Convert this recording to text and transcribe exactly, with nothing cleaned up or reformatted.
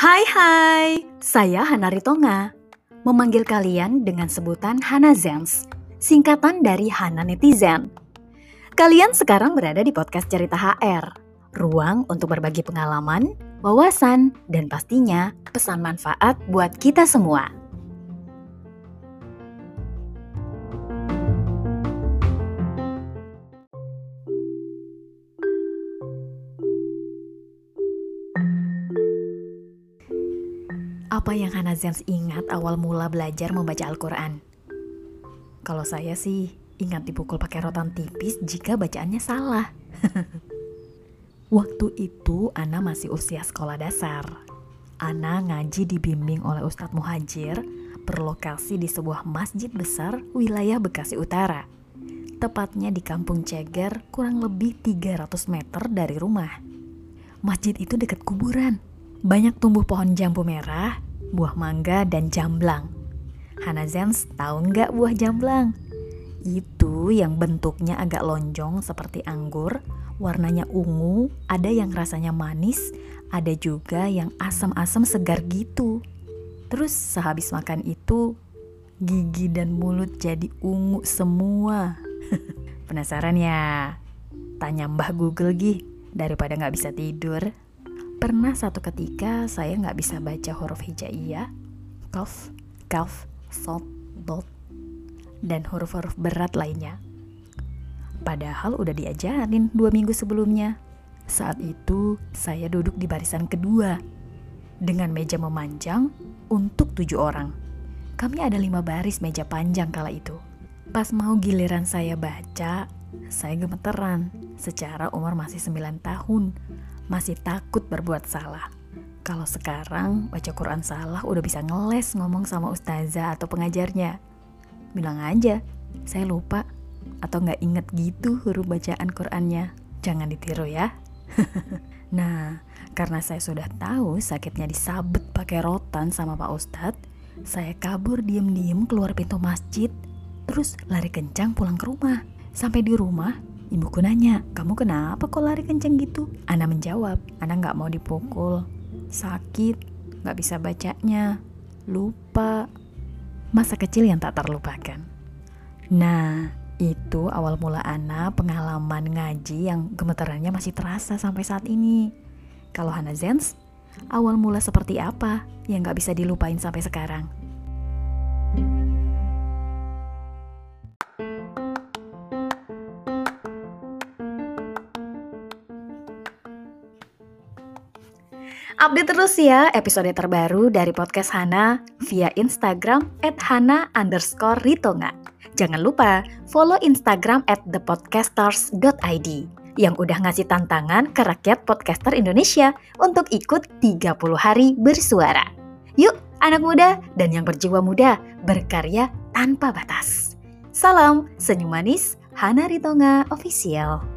Hai hai, saya Hana Ritonga. Memanggil kalian dengan sebutan Hanazens, singkatan dari Hana Netizen. Kalian sekarang berada di podcast Cerita H R, ruang untuk berbagi pengalaman, wawasan, dan pastinya pesan manfaat buat kita semua. Apa yang Hanazens ingat awal mula belajar membaca Al-Quran? Kalau saya sih ingat dipukul pakai rotan tipis jika bacaannya salah. Waktu itu Ana masih usia sekolah dasar. Ana ngaji dibimbing oleh Ustadz Muhajir, berlokasi di sebuah masjid besar wilayah Bekasi Utara. Tepatnya di Kampung Ceger, kurang lebih tiga ratus meter dari rumah. Masjid itu dekat kuburan. Banyak tumbuh pohon jambu merah, buah mangga, dan jamblang. Hanazens tahu nggak buah jamblang? Itu yang bentuknya agak lonjong seperti anggur, warnanya ungu, ada yang rasanya manis, ada juga yang asam-asam segar gitu. Terus sehabis makan itu, gigi dan mulut jadi ungu semua. Penasaran ya? Tanya Mbah Google gih, daripada nggak bisa tidur. Pernah satu ketika saya nggak bisa baca huruf hijaiyah, qaf, kaf, sod, dot, dan huruf-huruf berat lainnya. Padahal udah diajarin dua minggu sebelumnya. Saat itu saya duduk di barisan kedua dengan meja memanjang untuk tujuh orang. Kami ada lima baris meja panjang kala itu. Pas mau giliran saya baca, saya gemeteran. Secara umur masih sembilan tahun, masih takut berbuat salah. Kalau sekarang baca Quran salah udah bisa ngeles ngomong sama ustazah atau pengajarnya. Bilang aja, saya lupa atau gak inget gitu huruf bacaan Qurannya. Jangan ditiru ya. Nah, karena saya sudah tahu sakitnya disabet pakai rotan sama Pak Ustadz, saya kabur diem-diem keluar pintu masjid, terus lari kencang pulang ke rumah. Sampai di rumah, ibuku nanya, kamu kenapa kok lari kencang gitu? Ana menjawab, Ana gak mau dipukul. Sakit, gak bisa bacanya, lupa. Masa kecil yang tak terlupakan. Nah, itu awal mula Ana pengalaman ngaji yang gemeterannya masih terasa sampai saat ini. Kalau Hanazens, awal mula seperti apa yang gak bisa dilupain sampai sekarang? Update terus ya episode terbaru dari podcast Hana via Instagram at hana underscore ritonga. Jangan lupa follow Instagram at thepodcasters dot i d yang udah ngasih tantangan ke rakyat podcaster Indonesia untuk ikut tiga puluh hari bersuara. Yuk anak muda dan yang berjiwa muda berkarya tanpa batas. Salam senyum manis Hana Ritonga Official.